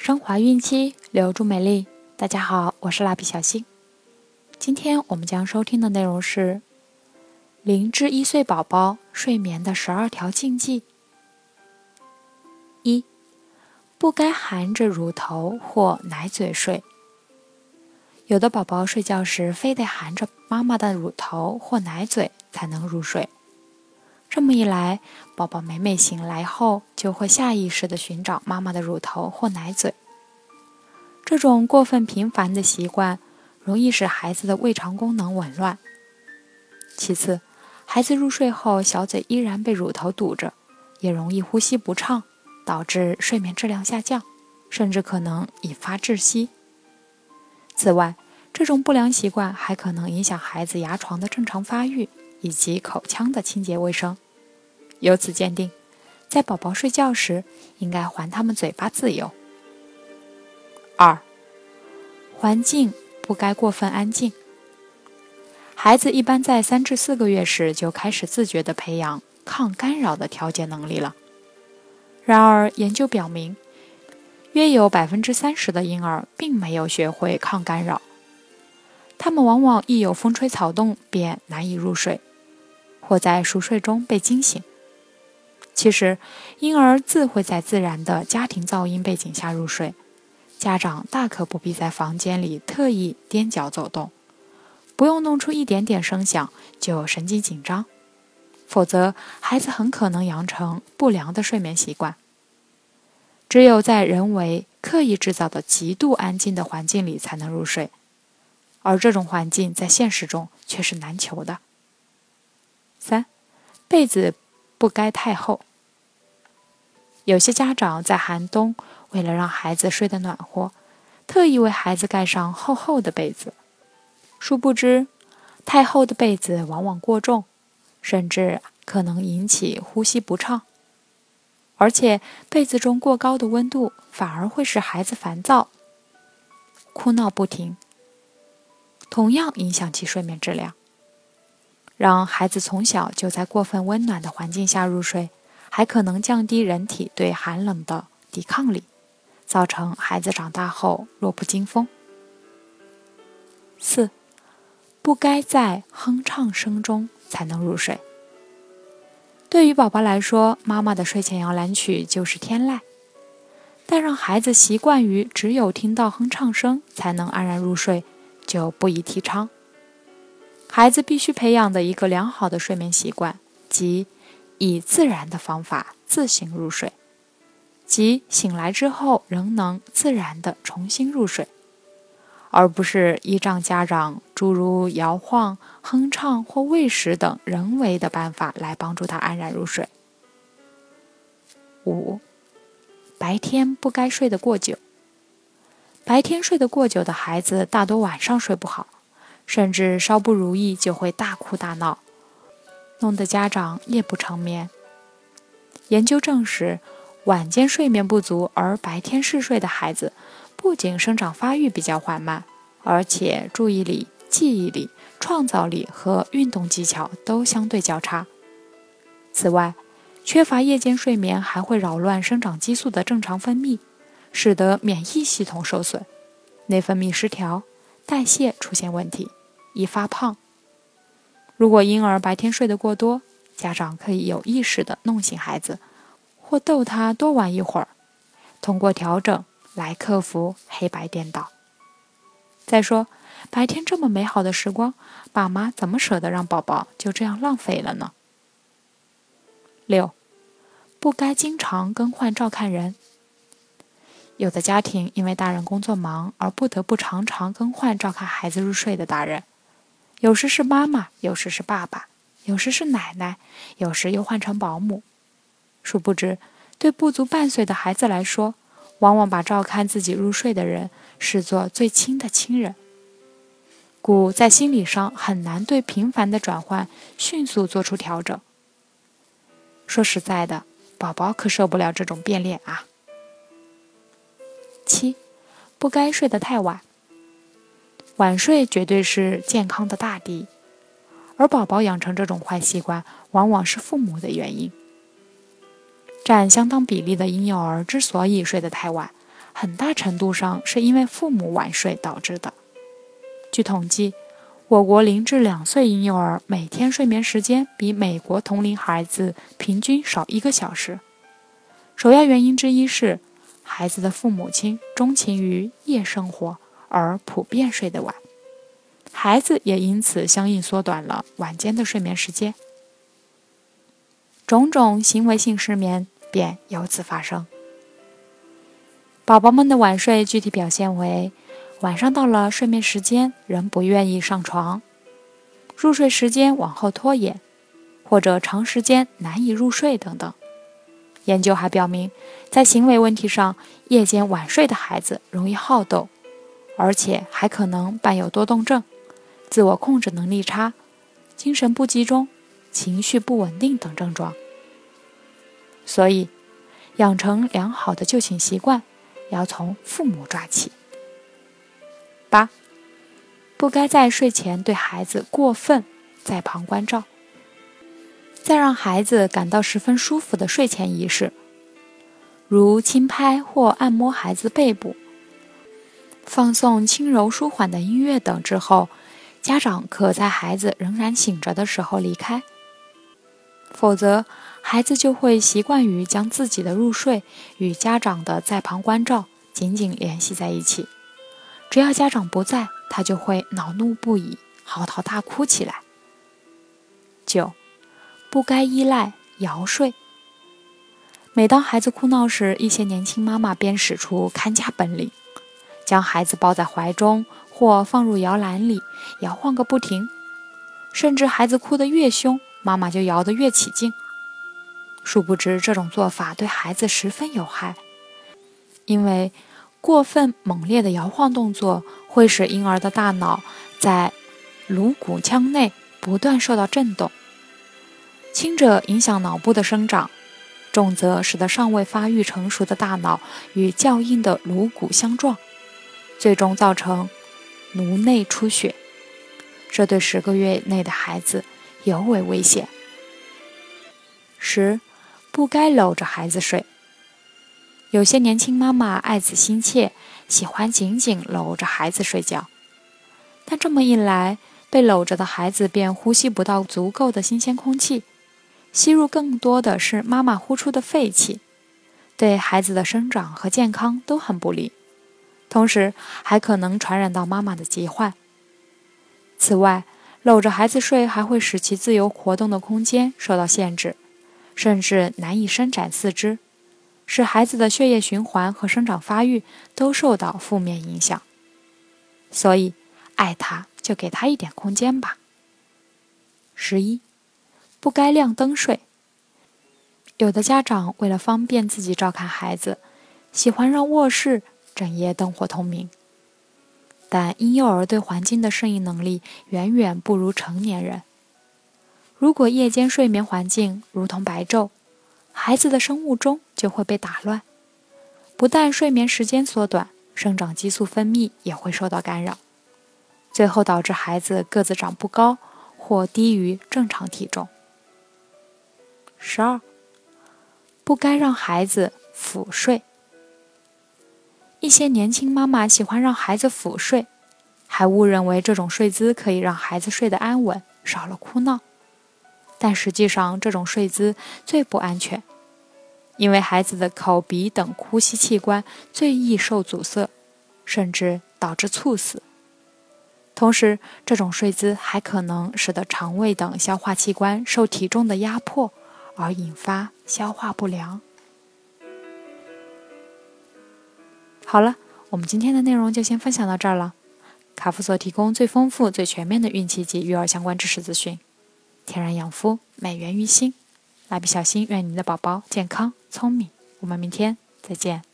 升华孕期，留住美丽。大家好，我是蜡笔小新。今天我们将收听的内容是0至1岁宝宝睡眠的12条禁忌。1. 不该含着乳头或奶嘴睡。有的宝宝睡觉时非得含着妈妈的乳头或奶嘴才能入睡。这么一来，宝宝每每醒来后就会下意识地寻找妈妈的乳头或奶嘴。这种过分频繁的习惯容易使孩子的胃肠功能紊乱。其次，孩子入睡后小嘴依然被乳头堵着，也容易呼吸不畅，导致睡眠质量下降，甚至可能引发窒息。此外，这种不良习惯还可能影响孩子牙床的正常发育以及口腔的清洁卫生。由此鉴定，在宝宝睡觉时应该还他们嘴巴自由。2. 环境不该过分安静。孩子一般在3至4个月时就开始自觉地培养抗干扰的调节能力了。然而，研究表明，约有30%的婴儿并没有学会抗干扰，他们往往一有风吹草动便难以入睡，或在熟睡中被惊醒。其实，婴儿自会在自然的家庭噪音背景下入睡，家长大可不必在房间里特意踮脚走动，不用弄出一点点声响就神经紧张，否则孩子很可能养成不良的睡眠习惯。只有在人为刻意制造的极度安静的环境里才能入睡，而这种环境在现实中却是难求的。3. 被子不该太厚。有些家长在寒冬为了让孩子睡得暖和，特意为孩子盖上厚厚的被子。殊不知，太厚的被子往往过重，甚至可能引起呼吸不畅。而且，被子中过高的温度反而会使孩子烦躁、哭闹不停，同样影响其睡眠质量。让孩子从小就在过分温暖的环境下入睡，还可能降低人体对寒冷的抵抗力，造成孩子长大后弱不禁风。4. 不该在哼唱声中才能入睡。对于宝宝来说，妈妈的睡前摇篮曲就是天籁，但让孩子习惯于只有听到哼唱声才能安然入睡，就不宜提倡。孩子必须培养的一个良好的睡眠习惯，即以自然的方法自行入睡，即醒来之后仍能自然地重新入睡，而不是依仗家长诸如摇晃、哼唱或喂食等人为的办法来帮助他安然入睡。5. 白天不该睡得过久。白天睡得过久的孩子大多晚上睡不好，甚至稍不如意就会大哭大闹，弄得家长夜不成眠。研究证实，晚间睡眠不足而白天嗜睡的孩子，不仅生长发育比较缓慢，而且注意力、记忆力、创造力和运动技巧都相对较差。此外，缺乏夜间睡眠还会扰乱生长激素的正常分泌，使得免疫系统受损，内分泌失调，代谢出现问题，易发胖。如果婴儿白天睡得过多，家长可以有意识地弄醒孩子，或逗他多玩一会儿，通过调整来克服黑白颠倒。再说，白天这么美好的时光，爸妈怎么舍得让宝宝就这样浪费了呢？6. 不该经常更换照看人。有的家庭因为大人工作忙而不得不常常更换照看孩子入睡的大人，有时是妈妈，有时是爸爸，有时是奶奶，有时又换成保姆。殊不知，对不足半岁的孩子来说，往往把照看自己入睡的人视作最亲的亲人，故在心理上很难对频繁的转换迅速做出调整。说实在的，宝宝可受不了这种变脸啊。7. 不该睡得太晚。晚睡绝对是健康的大敌，而宝宝养成这种坏习惯，往往是父母的原因。占相当比例的婴幼儿之所以睡得太晚， 很大程度上是因为父母晚睡导致的。据统计，我国0至2岁婴幼儿每天睡眠时间比美国同龄孩子平均少1个小时。首要原因之一是，孩子的父母亲钟情于夜生活，而普遍睡得晚，孩子也因此相应缩短了晚间的睡眠时间，种种行为性失眠便由此发生。宝宝们的晚睡具体表现为：晚上到了睡眠时间仍不愿意上床，入睡时间往后拖延，或者长时间难以入睡等等。研究还表明，在行为问题上，夜间晚睡的孩子容易好斗，而且还可能伴有多动症、自我控制能力差、精神不集中、情绪不稳定等症状。所以，养成良好的就寝习惯要从父母抓起。8. 不该在睡前对孩子过分在旁关照。再让孩子感到十分舒服的睡前仪式，如轻拍或按摩孩子背部，放送轻柔舒缓的音乐等之后，家长可在孩子仍然醒着的时候离开。否则，孩子就会习惯于将自己的入睡与家长的在旁关照紧紧联系在一起。只要家长不在，他就会恼怒不已，嚎啕大哭起来。9. 不该依赖摇睡。每当孩子哭闹时，一些年轻妈妈便使出看家本领，将孩子抱在怀中或放入摇篮里，摇晃个不停。甚至孩子哭得越凶，妈妈就摇得越起劲。殊不知这种做法对孩子十分有害，因为过分猛烈的摇晃动作会使婴儿的大脑在颅骨腔内不断受到震动，轻者影响脑部的生长，重则使得尚未发育成熟的大脑与较硬的颅骨相撞，最终造成颅内出血。这对10个月内的孩子尤为危险。10. 不该搂着孩子睡。有些年轻妈妈爱子心切，喜欢紧紧搂着孩子睡觉，但这么一来，被搂着的孩子便呼吸不到足够的新鲜空气，吸入更多的是妈妈呼出的废气，对孩子的生长和健康都很不利，同时还可能传染到妈妈的疾患。此外，搂着孩子睡还会使其自由活动的空间受到限制，甚至难以伸展四肢，使孩子的血液循环和生长发育都受到负面影响。所以，爱他就给他一点空间吧。11. 不该亮灯睡。有的家长为了方便自己照看孩子，喜欢让卧室整夜灯火通明，但婴幼儿对环境的适应能力远远不如成年人。如果夜间睡眠环境如同白昼，孩子的生物钟就会被打乱，不但睡眠时间缩短，生长激素分泌也会受到干扰，最后导致孩子个子长不高或低于正常体重。12. 不该让孩子俯睡。一些年轻妈妈喜欢让孩子俯睡，还误认为这种睡姿可以让孩子睡得安稳，少了哭闹。但实际上，这种睡姿最不安全，因为孩子的口鼻等呼吸器官最易受阻塞，甚至导致猝死。同时，这种睡姿还可能使得肠胃等消化器官受体重的压迫，而引发消化不良。好了，我们今天的内容就先分享到这儿了。卡夫所提供最丰富、最全面的孕期及育儿相关知识资讯，天然养肤，美源于心。蜡笔小新愿你的宝宝健康聪明。我们明天再见。